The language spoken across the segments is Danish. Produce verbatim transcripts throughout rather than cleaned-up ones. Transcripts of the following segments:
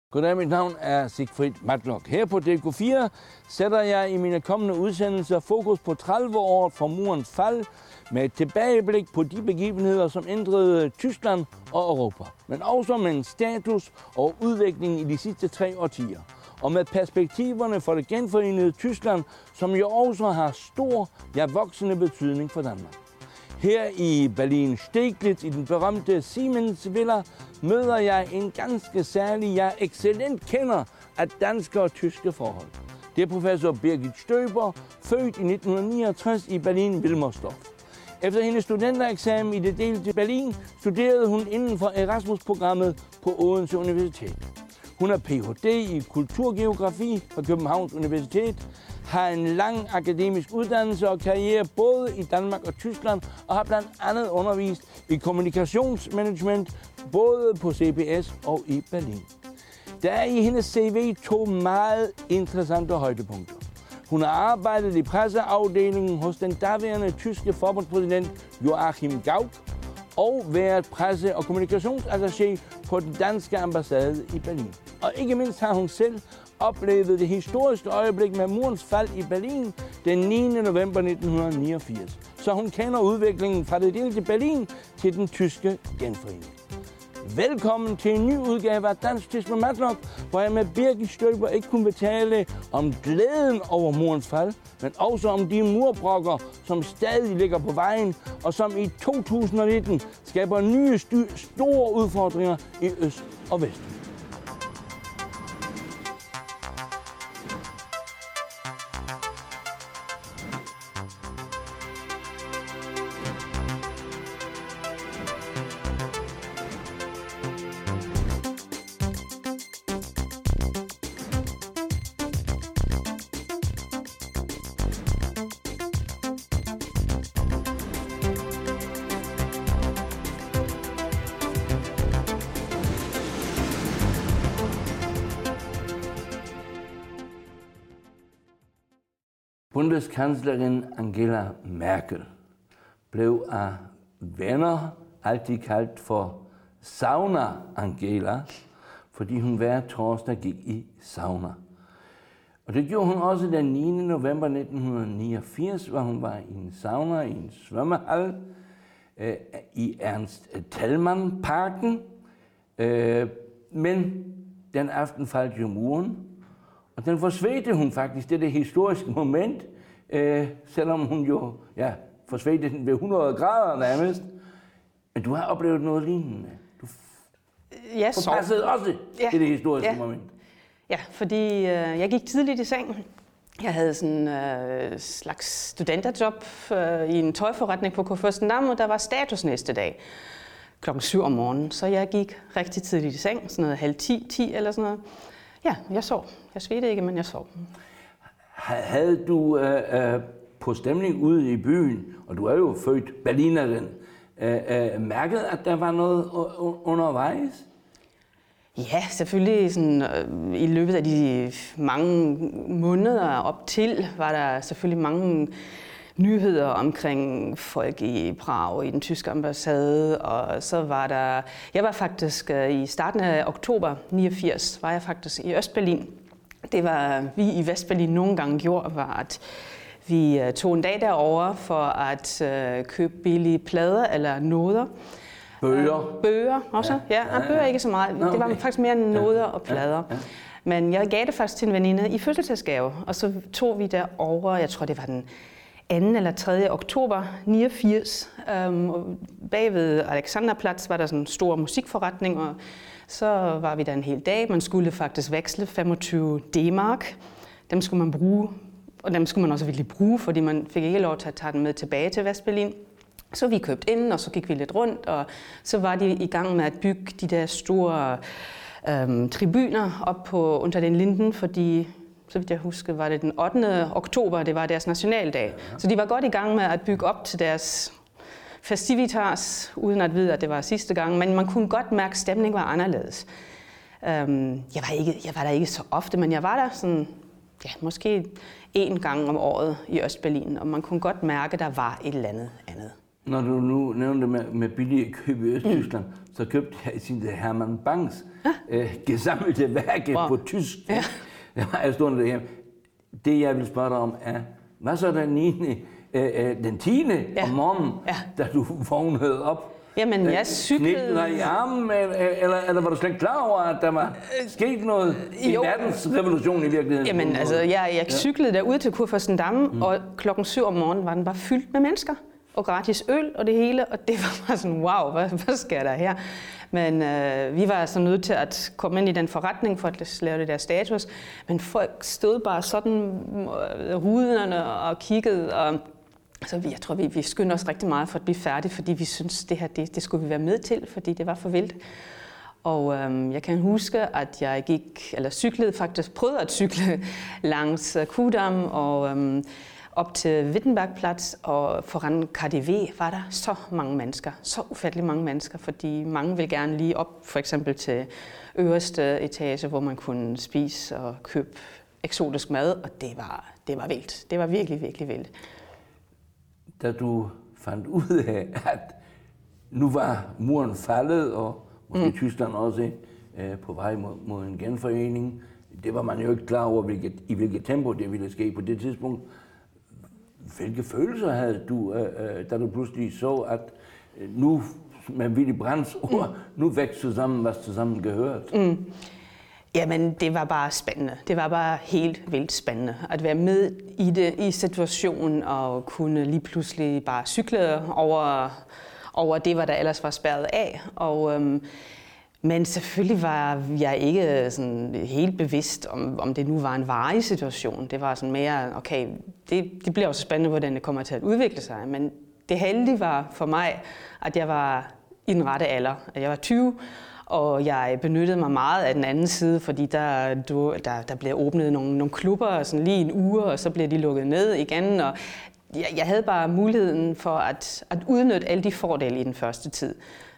Goddag, mit navn er Siegfried Matlock. Her på D K fire sætter jeg i mine kommende udsendelser fokus på tredive år fra murens fald, med et tilbageblik på de begivenheder, som ændrede Tyskland og Europa, men også med en status og udvikling i de sidste tre årtier, og med perspektiverne for det genforenede Tyskland, som jo også har stor, ja voksende betydning for Danmark. Her i Berlin-Steglitz, i den berømte Siemens Villa, møder jeg en ganske særlig, ja excellent kender af danske og tyske forhold. Det er professor Birgit Stöber, født i nitten niogtres i Berlin-Wilmersdorf. Efter hendes studentereksamen i det delte Berlin, studerede hun inden for Erasmus-programmet på Odense Universitet. Hun er P H D i kulturgeografi fra Københavns Universitet, har en lang akademisk uddannelse og karriere både i Danmark og Tyskland, og har blandt andet undervist i kommunikationsmanagement både på C B S og i Berlin. Der er i hendes C V to meget interessante højdepunkter. Hun har arbejdet i presseafdelingen hos den daværende tyske forbundspræsident Joachim Gauck og været presse- og kommunikationsattaché på den danske ambassade i Berlin. Og ikke mindst har hun selv oplevet det historiske øjeblik med murens fald i Berlin den niende november nitten niogfirs. Så hun kender udviklingen fra det delte Berlin til den tyske genforening. Velkommen til en ny udgave af Dansk Tysk med Matlock, hvor jeg med Birgit Stöber ikke kun vil tale om glæden over murens fald, men også om de murbrokker, som stadig ligger på vejen, og som i to tusind nitten skaber nye store udfordringer i øst og vest. Bundeskanzlerin Angela Merkel blev af venner altid kaldt for Sauna Angela, fordi hun hver torsdag gik i sauna. Og det gjorde hun også den niende november nitten niogfirs, hvor hun var i en sauna i en svømmehal øh, i Ernst Thälmann-parken. Øh, men den aften faldt jo muren, og den forsvedte hun faktisk, det er det historiske moment, øh, selvom hun jo ja, forsvedte den ved hundrede grader nærmest. Men du har oplevet noget lignende. Du jeg forpassede også ja. til det historiske ja. moment. Ja, fordi øh, jeg gik tidligt i seng. Jeg havde sådan en øh, slags studenterjob øh, i en tøjforretning på Kurfürstendamm, og der var status næste dag klokken syv om morgenen. Så jeg gik rigtig tidligt i seng, sådan noget halv ti, ti eller sådan noget. Ja, jeg sov. Jeg svedte ikke, men jeg sov. Havde du øh, øh, på stemning ude i byen, og du er jo født berlinerin, øh, øh, mærket, at der var noget undervejs? Ja, selvfølgelig. Sådan, øh, i løbet af de mange måneder op til, var der selvfølgelig mange nyheder omkring folk i Prag, i den tyske ambassade, og så var der... Jeg var faktisk i starten af oktober niogfirs, var jeg faktisk i Østberlin. Det var vi i Vestberlin nogle gange gjorde, var at vi tog en dag derover for at øh, købe billige plader eller noder. Bøger? Øh, bøger også, ja. ja. ja bøger ikke så meget. Nå, okay. Det var faktisk mere noder og plader. Ja, ja. Men jeg gav det faktisk til en veninde i fødselsdagsgave, og så tog vi derover, jeg tror det var den anden eller tredje oktober niogfirs. Um, bagved Alexanderplatz var der sådan en stor musikforretning, og så var vi der en hel dag. Man skulle faktisk veksle femogtyve D-mark. Dem skulle man bruge, og dem skulle man også virkelig bruge, fordi man fik ikke lov til at tage den med tilbage til Vestberlin. Så vi købte ind, og så gik vi lidt rundt, og så var de i gang med at bygge de der store øhm, tribuner op på Unter den Linden, fordi så vidt jeg husker, var det den ottende oktober, det var deres nationaldag. Ja. Så de var godt i gang med at bygge op til deres festivitas, uden at vide, at det var sidste gang. Men man kunne godt mærke, at stemningen var anderledes. Um, jeg, var ikke, jeg var der ikke så ofte, men jeg var der sådan, ja, måske én gang om året i Østberlin, og man kunne godt mærke, at der var et eller andet andet. Når du nu nævnte med, med billige køb i Østtyskland, mm. så købte jeg sin Hermann Bangs øh, gesammelte værke wow. på tysk. Ja. Jeg stod derhjemme. Det jeg vil spørge dig om er, hvad så den niende, øh, den tiende ja. om morgenen, ja. da du vågnede op? Jamen, jeg cyklede... Knægte dig i armen, eller, eller var du slet ikke klar over, at der var sket noget i jo. verdens revolution i virkeligheden? Jamen, altså, jeg, jeg cyklede derude til Kurfürstendamm, mm. og klokken syv om morgenen var den bare fyldt med mennesker. Og gratis øl og det hele, og det var bare sådan, wow, hvad, hvad sker der her? Men øh, vi var altså nødt til at komme ind i den forretning for at lave det der status, men folk stod bare sådan ruderne og kiggede, og altså, jeg tror, vi, vi skyndte os rigtig meget for at blive færdige, fordi vi syntes, det her, det, det skulle vi være med til, fordi det var for vildt. Og øhm, jeg kan huske, at jeg gik, eller cyklede faktisk, prøvede at cykle langs Kudamm og øhm, op til Wittenbergplatz, og foran K D V var der så mange mennesker, så ufattelig mange mennesker, fordi mange vil gerne lige op, for eksempel til øverste etage, hvor man kunne spise og købe eksotisk mad, og det var, det var vildt. Det var virkelig, virkelig vildt. Da du fandt ud af, at nu var muren faldet, og måske mm. Tyskland også øh, på vej mod, mod en genforening, det var man jo ikke klar over, hvilket, i hvilket tempo det ville ske på det tidspunkt. Hvilke følelser havde du, øh, da du pludselig så, at øh, nu, med Willy Brandts ord, mm. nu vækst zusammen, was zusammen gehört? Mm. Jamen, det var bare spændende. Det var bare helt vildt spændende at være med i det, i situationen, og kunne lige pludselig bare cykle over, over det, hvad der ellers var spærret af. Og, øhm, men selvfølgelig var jeg ikke sådan helt bevidst, om, om det nu var en varig situation. Det var sådan mere, okay, det, det bliver også spændende, hvordan det kommer til at udvikle sig. Men det heldige var for mig, at jeg var i den rette alder. At jeg var tyve, og jeg benyttede mig meget af den anden side, fordi der, der, der blev åbnet nogle, nogle klubber sådan lige en uge, og så blev de lukket ned igen. Og jeg, jeg havde bare muligheden for at, at udnytte alle de fordele i den første tid.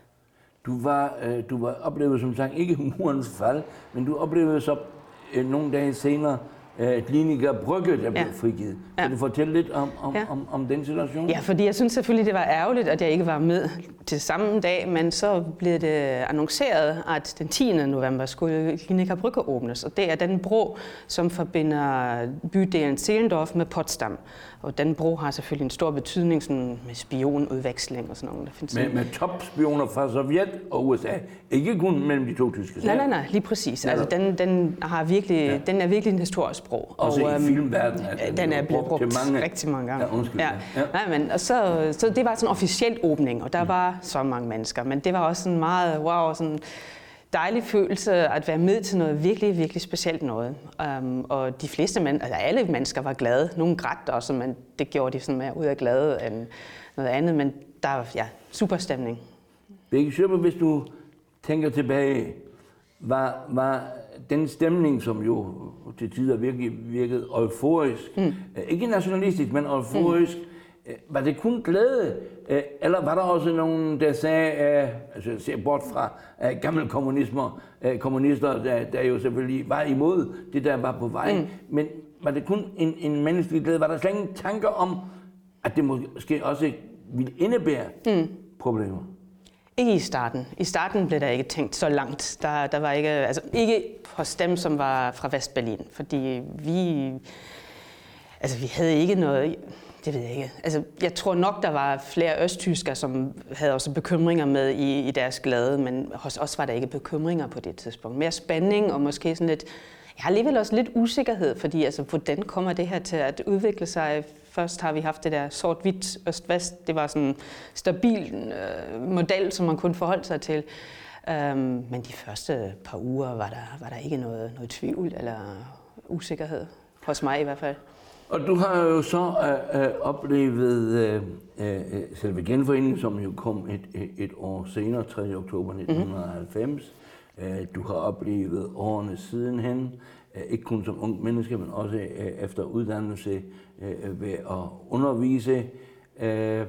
Du var, øh, du var oplevede som sagt ikke murens fald, men du oplevede så øh, nogle dage senere øh, Kliniker Brygge, der blev ja. frigivet. Kan ja. du fortælle lidt om, om, ja. om, om den situation? Ja, fordi jeg synes selvfølgelig, det var ærgerligt, at jeg ikke var med til samme dag, men så blev det annonceret, at den tiende november skulle Kliniker Brygge åbnes, og det er den bro, som forbinder bydelen Zehlendorf med Potsdam. Og den bro har selvfølgelig en stor betydning sådan med spionudveksling og sådan noget. Der findes med, sådan... med topspioner fra Sovjet og U S A. Ikke kun mellem de to tyske stater. Nej, nej, nej, lige præcis. Altså, den, den, har virkelig, ja. den er virkelig en historisk bro. Også og, i filmverdenen. Altså, den er blevet brugt mange, rigtig mange gange. Ja, undskyld. Ja. Ja. Nej, men, og så, så det var sådan en officiel åbning, og der mm. var så mange mennesker. Men det var også sådan meget, wow, sådan dejlig følelse at være med til noget virkelig, virkelig specielt noget. Um, og de fleste mennesker, altså alle mennesker var glade. Nogle grædte også, men det gjorde de sådan mere ud af glade end noget andet. Men der var ja, super stemning. Birgit Schøpper, hvis du tænker tilbage, var, var den stemning, som jo til tider virkelig virkede euforisk, mm. ikke nationalistisk, men euforisk, mm. var det kun glæde? Eller var der også nogen, der sagde, altså ser bort fra gamle kommunismer, kommunister, der, der jo selvfølgelig var imod det, der var på vej, mm. men var det kun en, en menneskelig glæde? Var der slet ingen tanker om, at det måske også ville indebære mm. problemer? Ikke i starten. I starten blev der ikke tænkt så langt. Der, der var ikke, altså ikke hos dem, som var fra Vestberlin, fordi vi, altså vi havde ikke noget, det ved jeg ikke. Altså jeg tror nok, der var flere østtyskere, som havde også bekymringer med i, i deres glæde, men hos os var der ikke bekymringer på det tidspunkt. Mere spænding og måske sådan lidt, jeg har alligevel også lidt usikkerhed, fordi altså, hvordan kommer det her til at udvikle sig? Først har vi haft det der sort-hvidt øst-vest. Det var sådan en stabil øh, model, som man kunne forholde sig til. Um, men de første par uger var der, var der ikke noget, noget tvivl eller usikkerhed. Hos mig i hvert fald. Og du har jo så øh, øh, oplevet øh, øh, selve genforeningen, som jo kom et, et, et år senere, tredje oktober nitten halvfems. Mm-hmm. Øh, du har oplevet årene sidenhen, øh, ikke kun som ung menneske, men også øh, efter uddannelse øh, ved at undervise. Øh,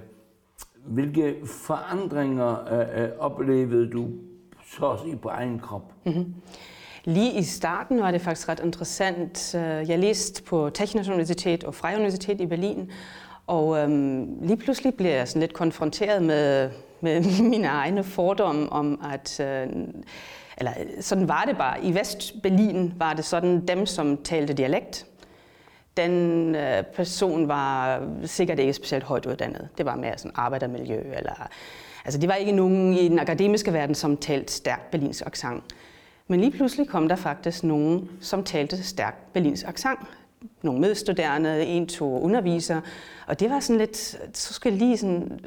hvilke forandringer øh, øh, oplevede du så at sige på egen krop? Mm-hmm. Lige i starten var det faktisk ret interessant. Jeg læste på Technische Universität og Freie Universität i Berlin, Og øhm, lige pludselig blev jeg sådan lidt konfronteret med, med mine egne fordomme om, at... Øh, eller sådan var det bare. I Vest-Berlin var det sådan, dem som talte dialekt, den øh, person var sikkert ikke specielt højt uddannet. Det var mere sådan arbejdermiljø. Eller, altså det var ikke nogen i den akademiske verden, som talte stærkt berlinsk accent. Men lige pludselig kom der faktisk nogen, som talte stærkt berlinsk accent. Nogle medstuderende, en, to undervisere. Og det var sådan lidt, så skulle jeg lige sådan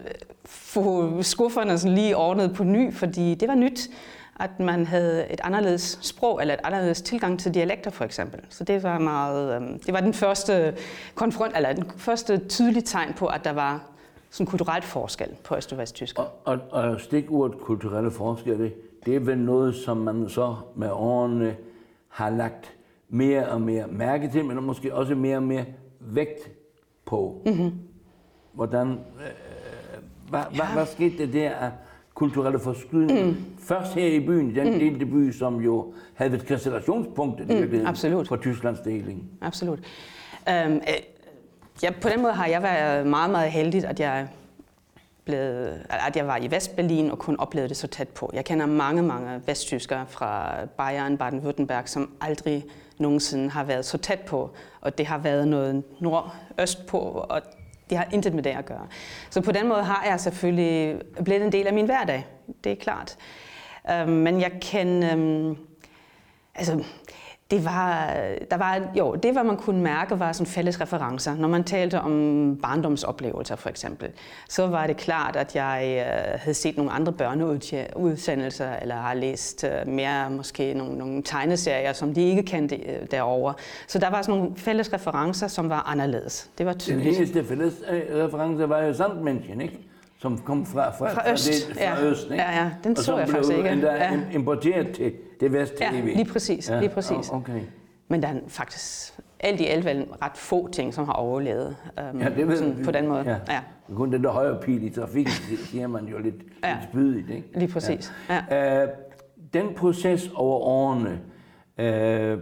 få skufferne sådan lige ordnet på ny, fordi det var nyt, at man havde et anderledes sprog eller et anderledes tilgang til dialekter for eksempel. Så det var meget, det var den første konfront, eller den første tydelige tegn på, at der var sådan kulturelt forskel på øst- og vesttysk. Og, og, og stikordet kulturelle forskelle, det er vel noget, som man så med årene har lagt mere og mere mærke til, men måske også mere og mere vægt på. Mm-hmm. Hvordan, øh, hvad, ja. hvad, hvad skete det der af kulturelle forskydning? Mm. Først her i byen, i den mm. delte by, som jo havde et konstellationspunkt mm, for Tysklands deling. Absolut. Øhm, øh, ja, på den måde har jeg været meget, meget heldig, at jeg, blevet, at jeg var i Vestberlin og kunne opleve det så tæt på. Jeg kender mange, mange vesttyskere fra Bayern, Baden-Württemberg, som aldrig nogensinde har været så tæt på, og det har været noget nordøst på, og det har intet med det at gøre. Så på den måde har jeg selvfølgelig blevet en del af min hverdag, det er klart. Um, men jeg kan, um, altså, det var, der var, jo, det hvad man kunne mærke var sådan fælles referencer. Når man talte om barndomsoplevelser for eksempel, så var det klart, at jeg uh, havde set nogle andre børneudsendelser, eller har læst uh, mere måske nogle, nogle tegneserier, som de ikke kendte uh, derovre. Så der var sådan nogle fælles referencer, som var anderledes. Det var tydeligt. Den eneste fælles reference var jo Sandmännchen, ikke? Som kom fra, fra, fra øst. Fra, det, fra ja. øst, ikke? Ja, ja, den så jeg faktisk ikke. Og som ja. blev importeret til det vest T V. Ja, lige præcis. Ja. Lige præcis. Oh, okay. Men der er faktisk alt i alt vel ret få ting, som har overlevet um, ja, det ved, sådan, på den måde. Ja. Ja. Kun den der højre pil i trafikken, siger man jo lidt, ja. lidt spydigt, ikke? Lige præcis. Ja. Ja. Uh, den proces over årene, uh,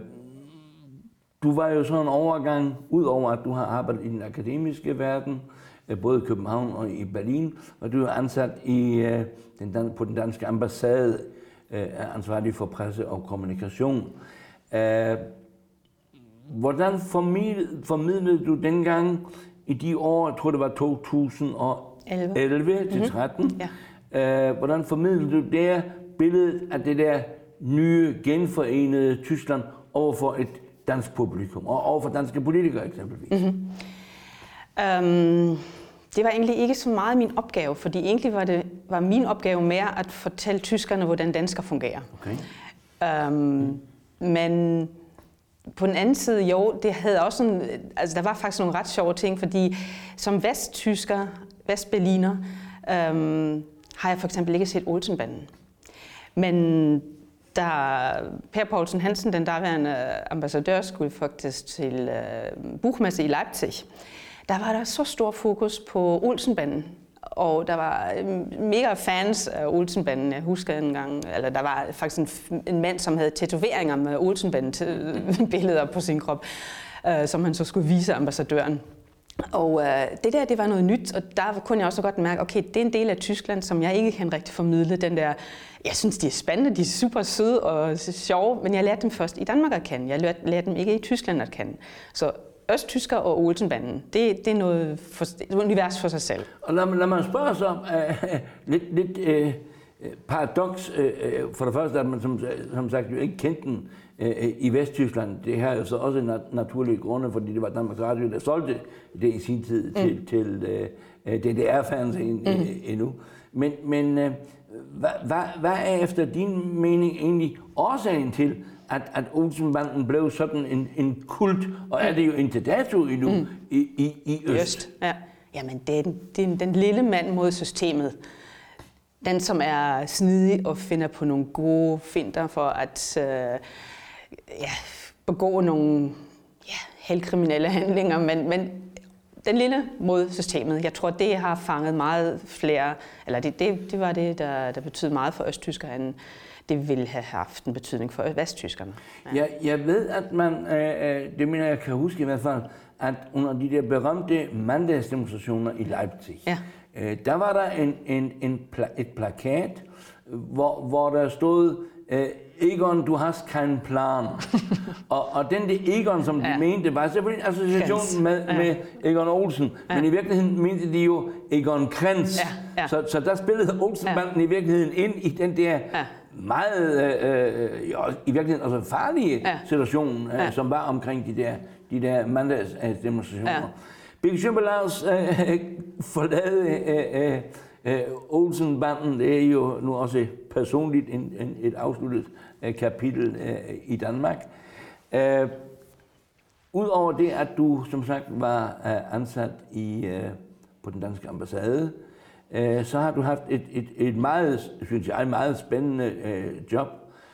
du var jo sådan en overgang, ud over at du har arbejdet i den akademiske verden, både i København og i Berlin, og du er ansat i, uh, den, på den danske ambassade, uh, ansvarlig for presse og kommunikation. Uh, hvordan formidlede, formidlede du dengang i de år, jeg tror det var to tusind og elleve til tretten, mm-hmm. ja. uh, hvordan formidlede du der billedet af det der nye, genforenede Tyskland overfor et dansk publikum, og overfor danske politikere eksempelvis? Mm-hmm. Um, det var egentlig ikke så meget min opgave, fordi egentlig var det var min opgave mere at fortælle tyskerne, hvordan dansker fungerer. Okay. Um, mm. Men på den anden side, jo, det havde også sådan, altså der var faktisk nogle ret sjove ting, fordi som vesttysker, vestberliner, um, har jeg for eksempel ikke set Olsenbanden. Men da Per Poulsen Hansen, den daværende ambassadør, skulle faktisk til uh, Buchmesse i Leipzig, der var der så stor fokus på Olsenbanden. Og der var mega fans af Olsenbanden. Jeg husker en gang, eller der var faktisk en, en mand, som havde tatoveringer med Olsenbanden-billeder på sin krop, øh, som han så skulle vise ambassadøren. Og øh, det der, det var noget nyt, og der kunne jeg også godt mærke, okay, det er en del af Tyskland, som jeg ikke kan rigtig formidle. Den der, jeg synes, de er spændende, de er super søde og sjove, men jeg lærte dem først i Danmark at kende. Jeg lærte, lærte dem ikke i Tyskland at kende. Så østtysker og Olsenbanden, det, det er noget for, et univers for sig selv. Og lad, lad mig spørge så om uh, lidt, lidt uh, paradoks. Uh, for det første, at man som, som sagt jo ikke kendte den uh, i Vesttyskland. Det her er jo så også en nat- naturlig grunde, fordi det var Danmarks Radio, der solgte det i sin tid mm. til, til uh, D D R-fans mm. endnu. Men, men uh, hvad, hvad, hvad er efter din mening egentlig årsagen til, at, at Olsenbanden blev sådan en, en kult, og er det jo indtil dato endnu mm. i, i, i øst. øst. Ja. Jamen, det er, den, det er den lille mand mod systemet. Den, som er snidig og finder på nogle gode finter for at øh, ja, begå nogle ja, halvkriminelle handlinger, men, men den lille mod systemet. Jeg tror, det har fanget meget flere, eller det, det, det var det, der, der betød meget for østtyskere, end, det ville have haft en betydning for vesttyskerne. Ja. Jeg, jeg ved, at man, øh, det mener jeg kan huske i hvert fald, at under de der berømte mandagsdemonstrationer i Leipzig, ja. øh, der var der en, en, en pla- et plakat, hvor, hvor der stod, øh, Egon, du hast keinen Plan. og, og den der Egon, som de ja. mente, var selvfølgelig en association med, ja. med Egon Olsen, ja. men i virkeligheden mente de jo Egon Krenz. Ja. Ja. Så, så der spillede Olsenbanden ja. i virkeligheden ind i den der ja. meget, øh, ja, i virkeligheden altså farlige ja. situation, øh, ja. som var omkring de der, de der mandagsdemonstrationer. Ja. Birgit Schønberg-Lars øh, forlade øh, øh, øh, Olsenbanden, det er jo nu også personligt en, en, et afsluttet øh, kapitel øh, i Danmark. Øh, Udover det, at du som sagt var øh, ansat i, øh, på den danske ambassade, øh, så har du haft et, et, et meget, synes jeg, meget spændende øh, job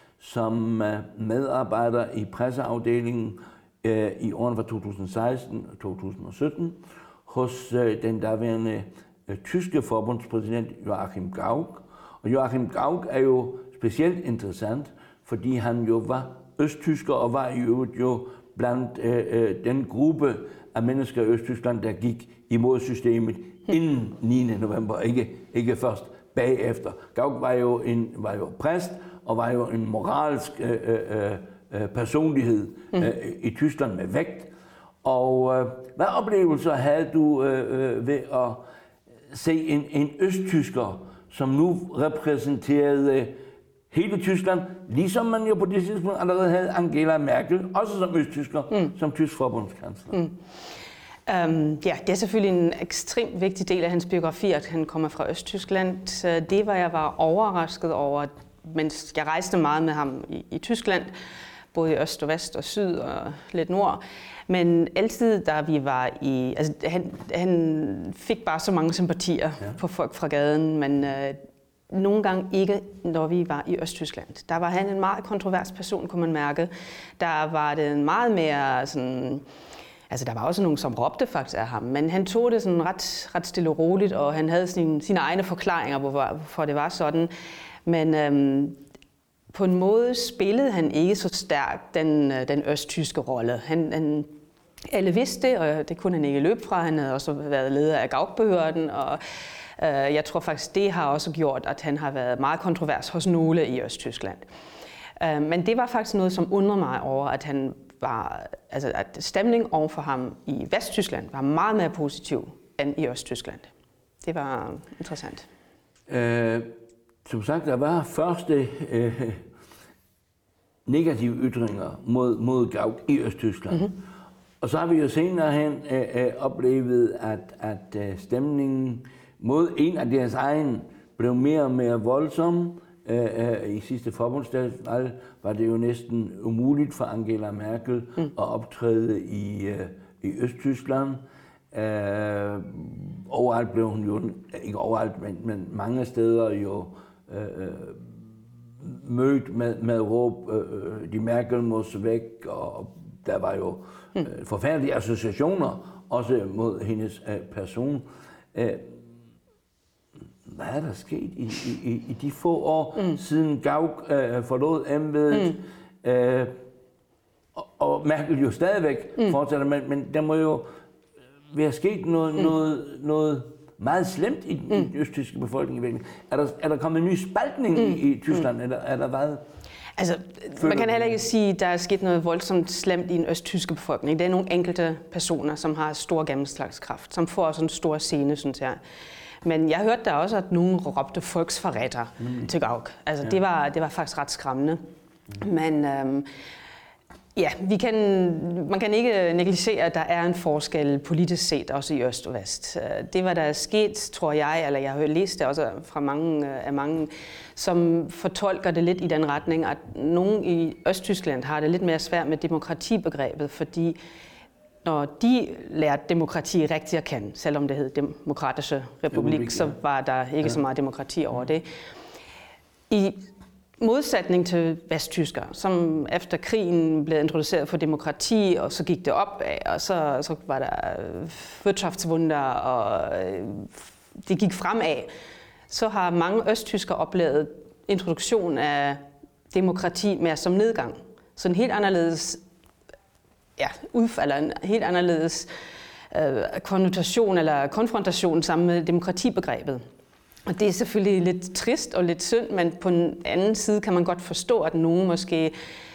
som øh, medarbejder i presseafdelingen øh, i årene fra to tusind og seksten og to tusind og sytten hos øh, den daværende øh, tyske forbundspræsident Joachim Gauck. Og Joachim Gauck er jo specielt interessant, fordi han jo var østtysker og var i øvrigt jo blandt øh, den gruppe af mennesker i Østtyskland, der gik imod systemet inden niende november, ikke, ikke først bagefter. Gauck var jo, en, var jo præst og var jo en moralsk øh, øh, personlighed øh, i Tyskland med vægt. Og øh, hvad oplevelser havde du øh, ved at se en, en østtysker, som nu repræsenterede hele Tyskland, ligesom man jo på det tidspunkt allerede havde Angela Merkel, også som østtysker, mm. som tysk forbundskansler. Mm. Um, ja, det er selvfølgelig en ekstremt vigtig del af hans biografi, at han kommer fra Østtyskland. Det var jeg var overrasket over, mens jeg rejste meget med ham i, i Tyskland, både i øst og vest og syd og lidt nord. Men altid, da vi var i... Altså, han, han fik bare så mange sympatier ja. på folk fra gaden, men uh, nogle gange ikke, når vi var i Østtyskland. Der var han en meget kontrovers person, kunne man mærke. Der var det en meget mere sådan... Altså, der var også nogen, som råbte faktisk af ham, men han tog det sådan ret, ret stille og roligt, og han havde sine, sine egne forklaringer, hvorfor, hvorfor det var sådan. Men øhm, på en måde spillede han ikke så stærkt den, den østtyske rolle. Han, han, alle vidste det, og det kunne han ikke løbe fra. Han havde også været leder af Gauck-behørden, og øh, jeg tror faktisk, det har også gjort, at han har været meget kontrovers hos nogle i Østtyskland. Øh, men det var faktisk noget, som undrede mig over, at han var, altså at stemningen overfor ham i Vesttyskland var meget mere positiv end i Østtyskland. Det var interessant. Øh, som sagt, der var første øh, negative ytringer mod, mod Gauck i Østtyskland. Mm-hmm. Og så har vi jo senere hen øh, øh, oplevet, at, at øh, stemningen mod en af deres egen blev mere og mere voldsom. Uh, I sidste forbundsdagsvalg var det jo næsten umuligt for Angela Merkel mm. at optræde i, uh, i Østtyskland. Uh, overalt blev hun jo, ikke overalt, men, men mange steder jo uh, mødt med, med råb, uh, de Merkel mås væk, og der var jo uh, forfærdelige associationer også mod hendes uh, person. Uh, Hvad er der sket i, i, i de få år, mm. siden Gauck øh, forlod embedet? Mm. Øh, og, og Merkel jo stadigvæk mm. fortsætter, men, men der må jo være sket noget, mm. noget, noget meget slemt i den, mm. i den østtyske befolkning. Er der, er der kommet en ny spaltning mm. i, i Tyskland, mm. eller er der hvad? Altså, man kan heller ikke sige, at der er sket noget voldsomt slemt i den østtyske befolkning. Det er nogle enkelte personer, som har stor gennemslagskraft, som får sådan en stor scene, synes jeg. Men jeg hørte der også, at nogen råbte volksforræter mm. til Gauck. Altså, ja. det, var, det var faktisk ret skræmmende. Mm. Men øhm, ja, vi kan, man kan ikke negligere, at der er en forskel politisk set, også i øst og vest. Det, hvad der er sket, tror jeg, eller jeg har læst det også fra mange af mange, som fortolker det lidt i den retning, at nogen i Østtyskland har det lidt mere svært med demokratibegrebet, fordi når de lærte demokrati rigtigt at kende, selvom det hed Demokratiske Republik, Republik ja. så var der ikke ja. så meget demokrati over det. I modsætning til vesttyskere, som efter krigen blev introduceret for demokrati, og så gik det op af, og så, så var der Wirtschaftswunder, og det gik fremad, så har mange østtyskere oplevet introduktion af demokrati mere som nedgang. Så en helt anderledes, ja, udfald, en helt anderledes øh, konnotation eller konfrontation sammen med demokratibegrebet. Og det er selvfølgelig lidt trist og lidt synd, men på den anden side kan man godt forstå, at nogen måske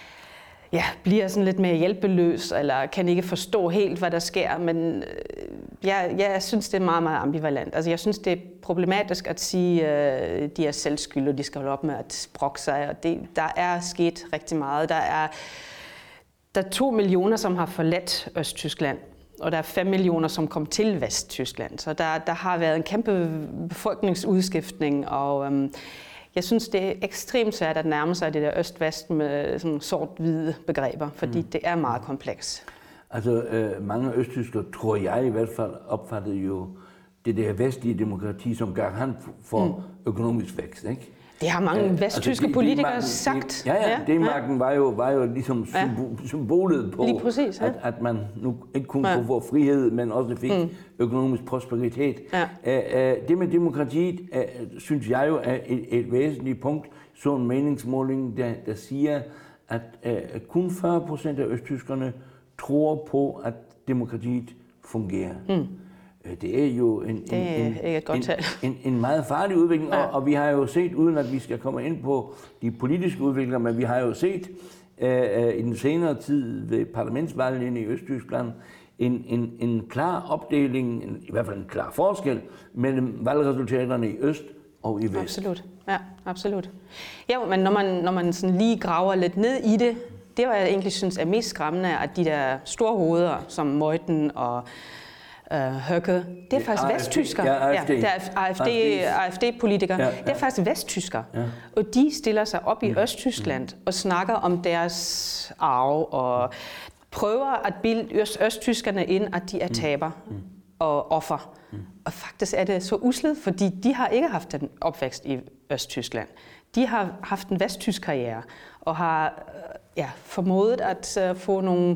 ja, bliver sådan lidt mere hjælpeløs, eller kan ikke forstå helt, hvad der sker. Men jeg, jeg synes, det er meget, meget ambivalent. Altså, jeg synes, det er problematisk at sige, at uh, de er selvskyld, og de skal holde op med at brokke sig. Og det, der er sket rigtig meget. Der er, der er to millioner, som har forladt Østtyskland, og der er fem millioner, som kom til Vesttyskland. Så der, der har været en kæmpe befolkningsudskiftning, og um, jeg synes, det er ekstremt svært at nærme sig det der øst-vest med sådan sort-hvide begreber, fordi mm. det er meget kompleks. Altså, øh, mange østtyskere, tror jeg i hvert fald, opfattede jo det der vestlige demokrati som garant for mm. økonomisk vækst, ikke? Det har mange øh, vesttyske altså de, politikere de, sagt. Ja, ja, ja, D-marken ja. var, jo, var jo ligesom ja. symbolet på, præcis, ja. at, at man nu ikke kun ja. kunne få frihed, men også fik mm. økonomisk prosperitet. Ja. Æ, det med demokratiet, æ, synes jeg jo er et, et væsentligt punkt. Så en meningsmåling, der, der siger, at æ, kun fyrre procent af østtyskerne tror på, at demokratiet fungerer. Mm. Det er jo en, en, en, en, en, en meget farlig udvikling, ja. og, og vi har jo set, uden at vi skal komme ind på de politiske udviklinger, men vi har jo set uh, i den senere tid ved parlamentsvalgene i Østtyskland en, en, en klar opdeling, en, i hvert fald en klar forskel mellem valgresultaterne i øst og i vest. Absolut, ja, absolut. Ja, men når man, når man sådan lige graver lidt ned i det, det var jeg egentlig synes er mest skræmmende, at de der store hoveder som Meuthen og Uh, Höcke, det er faktisk A F D, vesttysker. Ja, A F D. Ja, det er A F D, A F D-politikere. Ja, ja. Det er faktisk vesttysker. Ja. Og de stiller sig op i ja. Østtyskland ja. og snakker om deres arv og prøver at bilde øst- østtyskerne ind, at de er taber mm. og offer. Mm. Og faktisk er det så uslet, fordi de har ikke haft en opvækst i Østtyskland. De har haft en vesttysk karriere og har ja, formået at uh, få nogle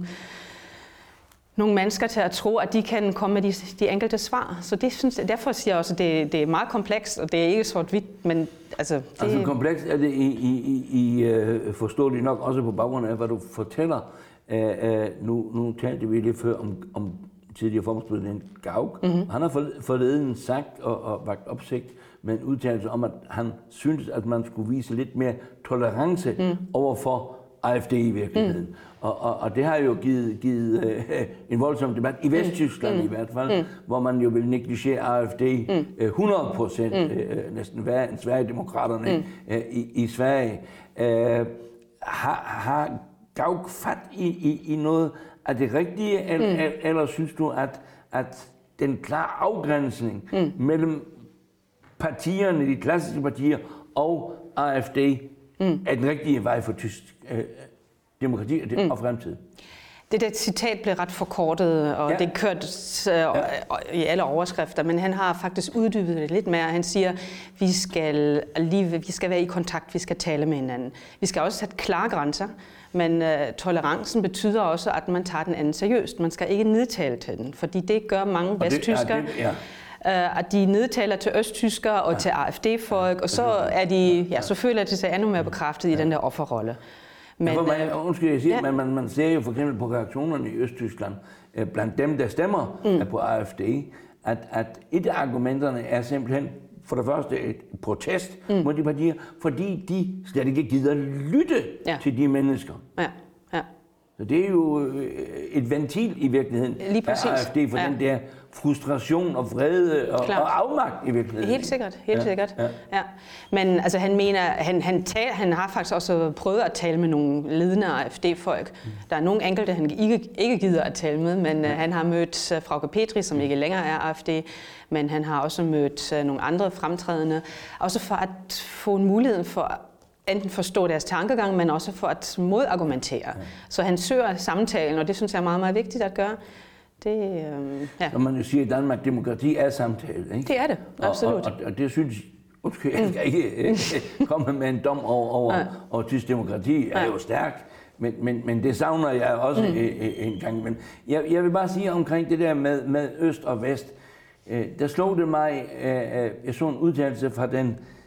nogle mennesker til at tro, at de kan komme med de, de enkelte svar. Så det synes jeg, derfor siger jeg også, at det, det er meget komplekst, og det er ikke sort-hvidt, men altså... Det... Altså komplekst er det i, i, i uh, forståeligt nok også på baggrund af, hvad du fortæller. Uh, uh, nu, nu talte vi lidt før om, om tidligere formandspræsident Gauck. Mm-hmm. Han har forleden sagt og, og vagt opsigt med en udtalelse om, at han synes, at man skulle vise lidt mere tolerance mm. overfor A F D i virkeligheden. Mm. Og, og, og det har jo givet, givet øh, en voldsom debat, i Vesttyskland mm. i hvert fald, mm. hvor man jo vil negligere A F D mm. øh, hundrede procent, mm. øh, næsten værre end Sverigedemokraterne mm. øh, i, i Sverige. Øh, har, har Gauck fat i, i, i noget af det rigtige, mm. eller, eller synes du, at, at den klare afgrænsning mm. mellem partierne, de klassiske partier, og A F D mm. er den rigtige vej for tysk øh, demokrati og, mm. og fremtid? Det der citat blev ret forkortet, og ja. det kørte øh, ja. i alle overskrifter, men han har faktisk uddybet det lidt mere. Han siger, vi skal, lige, vi skal være i kontakt, vi skal tale med hinanden. Vi skal også sætte klare grænser, men øh, tolerancen betyder også, at man tager den anden seriøst. Man skal ikke nedtale til den, fordi det gør mange vesttyskere. Ja, ja. at de nedtaler til østtyskere og ja. til A F D-folk, og så er de, ja, så føler de sig endnu mere bekræftet ja. i den der offerrolle. Men, ja, man, undskyld, jeg siger, ja. men man, man ser jo for eksempel på reaktionerne i Østtyskland, blandt dem, der stemmer mm. på A F D, at, at et af argumenterne er simpelthen for det første et protest mm. mod de partier, fordi de slet ikke gider lytte ja. til de mennesker. Ja. Ja. Så det er jo et ventil i virkeligheden af A F D for ja. den der frustration og vrede og, og afmagt i virkeligheden. Helt sikkert, helt ja. sikkert. Ja. Ja. Men altså, han mener, han, han, tal, han har faktisk også prøvet at tale med nogle ledende A F D-folk. Mm. Der er nogle enkelte, han ikke, ikke gider at tale med, men ja. uh, han har mødt uh, Frauke Petri, som ikke længere er A F D, men han har også mødt uh, nogle andre fremtrædende, også for at få en mulighed for enten forstå deres tankegang, men også for at modargumentere. Ja. Så han søger samtalen, og det synes jeg er meget, meget vigtigt at gøre. Det, øh, ja. Som man jo siger i Danmark, demokrati er samtale, ikke? Det er det, absolut. Og, og, og, og det synes undskyld, jeg skal ikke øh, komme med en dom over, over, ja. over tysk demokrati, er ja. jo stærkt, men, men, men det savner jeg også mm. en, en gang. Men jeg, jeg vil bare sige omkring det der med, med øst og vest, øh, der slog det mig, øh, jeg så en udtalelse fra den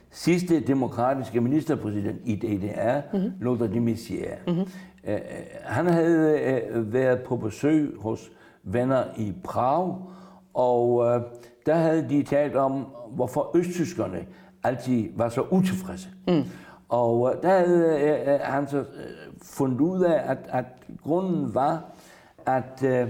sidste demokratiske ministerpræsident i D D R, mm-hmm. Lothar de Maizière. Mm-hmm. Uh, han havde uh, været på besøg hos venner i Prag, og uh, der havde de talt om, hvorfor østtyskerne altid var så utilfredse. Mm. Og uh, der havde uh, han så uh, fundet ud af, at, at grunden var, at uh,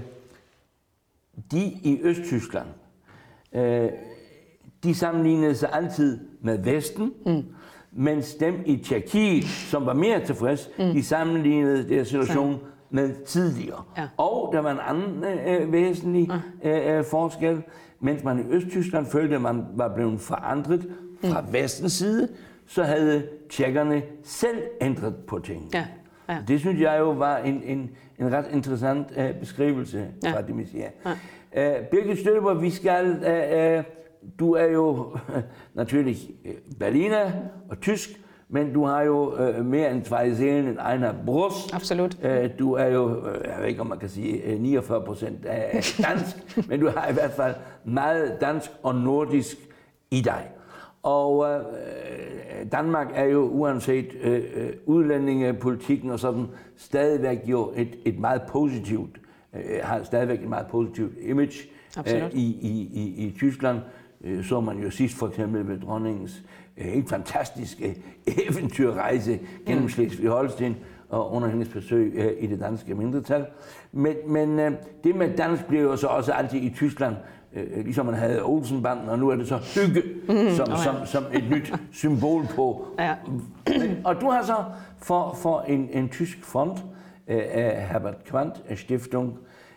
de i Østtyskland, uh, de sammenlignede sig altid med Vesten, mm. mens dem i Tjekkiet, som var mere tilfreds, mm. de sammenlignede deres situation med tidligere. Ja. Og der var en anden øh, væsentlig øh, forskel, mens man i Østtyskland følte, at man var blevet forandret fra mm. Vestens side, så havde tjekkerne selv ændret på ting. Ja. Ja. Det synes jeg jo var en, en, en ret interessant øh, beskrivelse ja. fra de Maizière. Ja. Øh, Birgit Støber, vi skal... Øh, øh, Du er jo naturlig Berliner og tysk, men du har jo øh, mere end zwei Seelen in einer Brust. Absolut. Øh, du er jo, jeg ved ikke om man kan sige, niogfyrre procent dansk, men du har i hvert fald meget dansk og nordisk i dig. Og øh, Danmark er jo uanset øh, udlændingepolitikken og sådan stadigvæk jo et, et meget positivt, øh, har stadigvæk et meget positivt image øh, i, i, i, i Tyskland. Så man jo sidst for eksempel ved dronningens helt fantastiske eventyrrejse gennem Slesvig-Holsten og under hendes besøg i det danske mindretal. Men, men det med dansk blev jo så også altid i Tyskland, ligesom man havde Olsenbanden, og nu er det så hygge som, oh, ja. som, som et nyt symbol på. Ja. Og du har så for, for en, en tysk fond, Herbert Quandt Stiftung,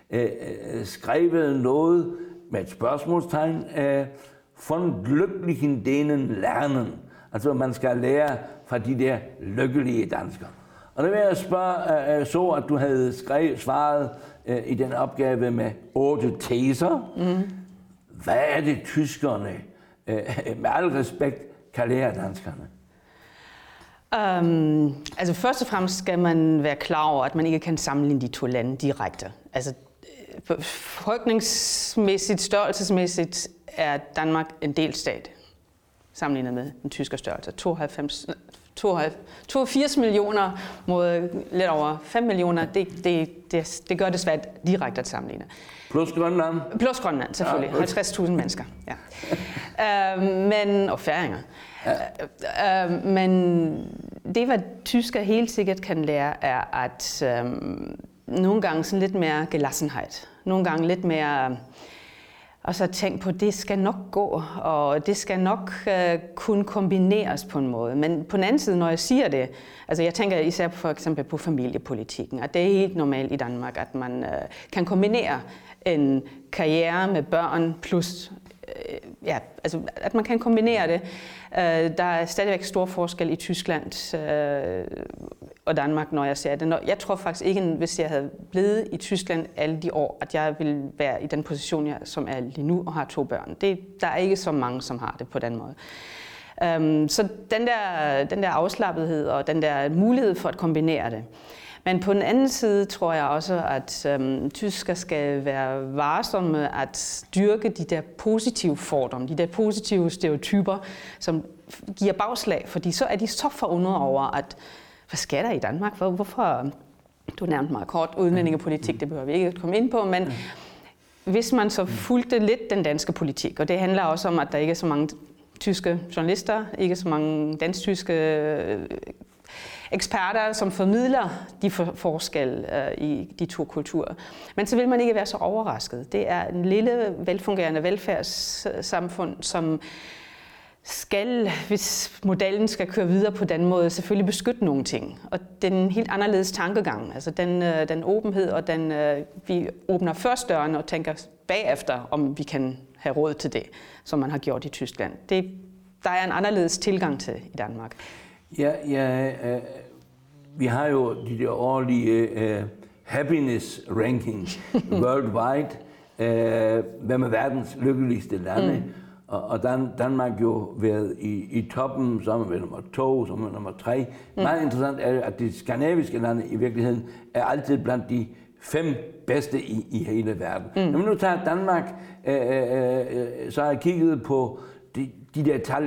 skrevet noget med et spørgsmålstegn, von glücklichen denen lernen. Altså man skal lære fra de der lykkelige danskere. Og der vil jeg spørge, så at du havde skrevet, svaret i den opgave med otte teser. Mm. Hvad er det tyskerne, med al respekt, kan lære danskerne? Um, altså først og fremmest skal man være klar over, at man ikke kan sammenligne de to lande direkte. Altså befolkningsmæssigt, størrelsesmæssigt er Danmark en delstat, sammenlignet med den tyske størrelse. tooghalvfems, toogfirs millioner mod lidt over fem millioner, det, det, det, det gør det svært direkte at sammenligne. Plus Grønland? Plus Grønland, selvfølgelig. Ja, halvtreds tusind mennesker. Ja. uh, men, og færinger. Ja. Uh, uh, men det, hvad tysker helt sikkert kan lære, er at um, nogle gange sådan lidt mere gelassenhed. Nogle gange lidt mere... Og så tænk på, at det skal nok gå, og det skal nok uh, kunne kombineres på en måde. Men på den anden side, når jeg siger det, altså jeg tænker især for eksempel på familiepolitikken, at det er helt normalt i Danmark, at man uh, kan kombinere en karriere med børn plus, uh, ja, altså at man kan kombinere det. Uh, der er stadigvæk stor forskel i Tyskland uh, og Danmark, når jeg ser det. Jeg tror faktisk ikke, hvis jeg havde blevet i Tyskland alle de år, at jeg ville være i den position, jeg, som er lige nu, og har to børn. Det, der er ikke så mange, som har det på den måde. Um, så den der, den der afslappethed og den der mulighed for at kombinere det. Men på den anden side tror jeg også, at um, tysker skal være varsomme med at dyrke de der positive fordomme, de der positive stereotyper, som giver bagslag, fordi så er de så forundret over, at hvad sker der i Danmark? Hvorfor? Du nævnte meget kort udlændingepolitik, det behøver vi ikke komme ind på, men hvis man så fulgte lidt den danske politik, og det handler også om, at der ikke er så mange tyske journalister, ikke så mange dansk-tyske eksperter, som formidler de forskel i de to kulturer. Men så vil man ikke være så overrasket. Det er en lille, velfungerende velfærdssamfund, som skal, hvis modellen skal køre videre på den måde, selvfølgelig beskytte nogle ting. Og den helt anderledes tankegang, altså den, den åbenhed, og den, vi åbner først døren og tænker bagefter, om vi kan have råd til det, som man har gjort i Tyskland. Det, der er en anderledes tilgang til i Danmark. Ja, ja øh, vi har jo de der årlige øh, happiness rankings worldwide. Øh, hvem er verdens lykkeligste lande? Mm. Og, og Dan, Danmark jo været i, i toppen, så er man nummer to, så er man nummer tre. Mm. Meget interessant er, at de skandinaviske lande i virkeligheden er altid blandt de fem bedste i, i hele verden. Mm. Når man nu tager Danmark, øh, øh, så har jeg kigget på de, de der tal,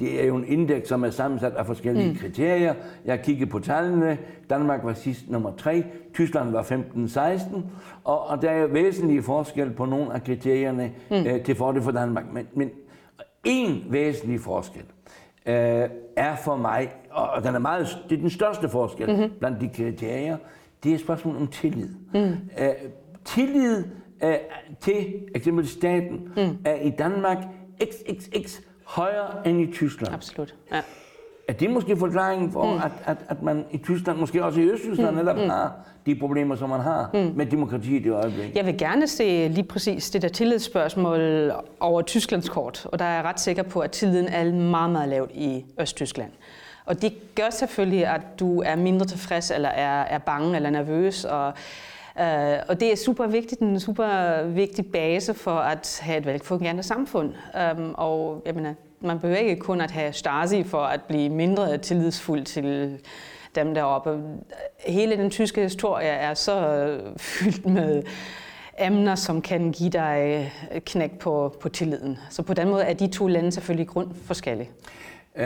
det er jo en indeks, som er sammensat af forskellige mm. kriterier. Jeg har kigget på tallene. Danmark var sidst nummer tre, Tyskland var femten seksten, og, og der er væsentlige forskel på nogle af kriterierne mm. øh, til fordel for Danmark. Men, men en væsentlig forskel øh, er for mig, og den er meget, det er den største forskel mm-hmm. blandt de kriterier, det er spørgsmålet om tillid. Mm. Øh, tillid øh, til eksempel staten mm. er i Danmark x x x højere end i Tyskland. Absolut, ja. Er det måske forklaringen for, mm. at, at, at man i Tyskland, måske også i Østtyskland, mm. netop mm. har de problemer, som man har mm. med demokrati i det øjeblik? Jeg vil gerne se lige præcis det der tillidsspørgsmål over Tysklands kort, og der er jeg ret sikker på, at tilliden er meget, meget lavt i Østtyskland. Og det gør selvfølgelig, at du er mindre tilfreds, eller er, er bange, eller nervøs, og Uh, og det er super vigtigt, en super vigtig base for at have et velfungerende samfund. Um, og jeg mener, man behøver ikke kun at have Stasi for at blive mindre tillidsfuld til dem deroppe. Hele den tyske historie er så fyldt med emner, som kan give dig knæk på, på tilliden. Så på den måde er de to lande selvfølgelig grundforskellige. Uh...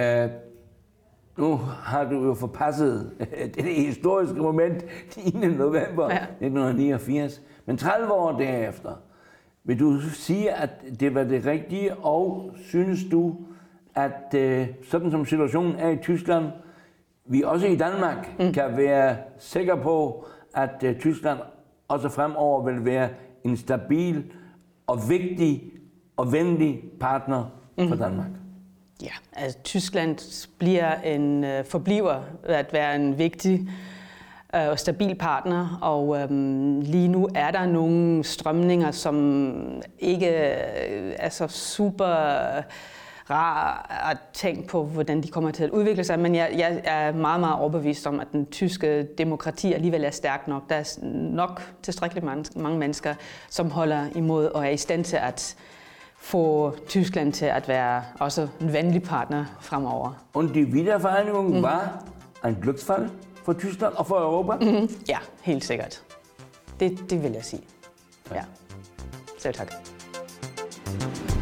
Nu har du jo forpasset det historiske moment tiende november ja. nitten niogfirs, men tredive år derefter. Vil du sige, at det var det rigtige, og synes du, at sådan som situationen er i Tyskland, vi også i Danmark mm. kan være sikre på, at Tyskland også fremover vil være en stabil og vigtig og venlig partner for mm. Danmark? Ja, altså Tyskland bliver en, øh, forbliver at være en vigtig øh, og stabil partner, og øh, lige nu er der nogle strømninger, som ikke øh, er så super rar at tænke på, hvordan de kommer til at udvikle sig, men jeg, jeg er meget, meget overbevist om, at den tyske demokrati alligevel er stærk nok. Der er nok tilstrækkeligt mange, mange mennesker, som holder imod og er i stand til at få Tyskland til at være også en venlig partner fremover. Og die Wiedervereinigung mm. var en Glücksfall for Tyskland og for Europa? Mm-hmm. Ja, helt sikkert. Det, det vil jeg sige. Ja. Selv tak.